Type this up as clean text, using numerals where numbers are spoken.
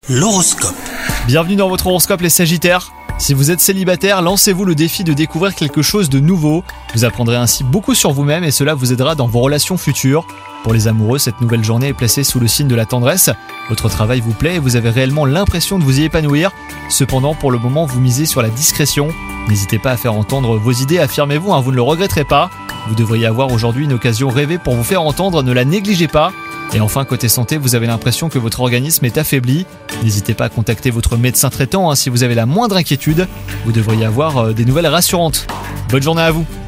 L'horoscope. Bienvenue dans votre horoscope les Sagittaires. Si vous êtes célibataire, lancez-vous le défi de découvrir quelque chose de nouveau. Vous apprendrez ainsi beaucoup sur vous-même et cela vous aidera dans vos relations futures. Pour les amoureux, cette nouvelle journée est placée sous le signe de la tendresse. Votre travail vous plaît et vous avez réellement l'impression de vous y épanouir. Cependant, pour le moment, vous misez sur la discrétion. N'hésitez pas à faire entendre vos idées, affirmez-vous, vous ne le regretterez pas. Vous devriez avoir aujourd'hui une occasion rêvée pour vous faire entendre, ne la négligez pas. Et enfin, côté santé, vous avez l'impression que votre organisme est affaibli. N'hésitez pas à contacter votre médecin traitant si vous avez la moindre inquiétude. Vous devriez avoir des nouvelles rassurantes. Bonne journée à vous.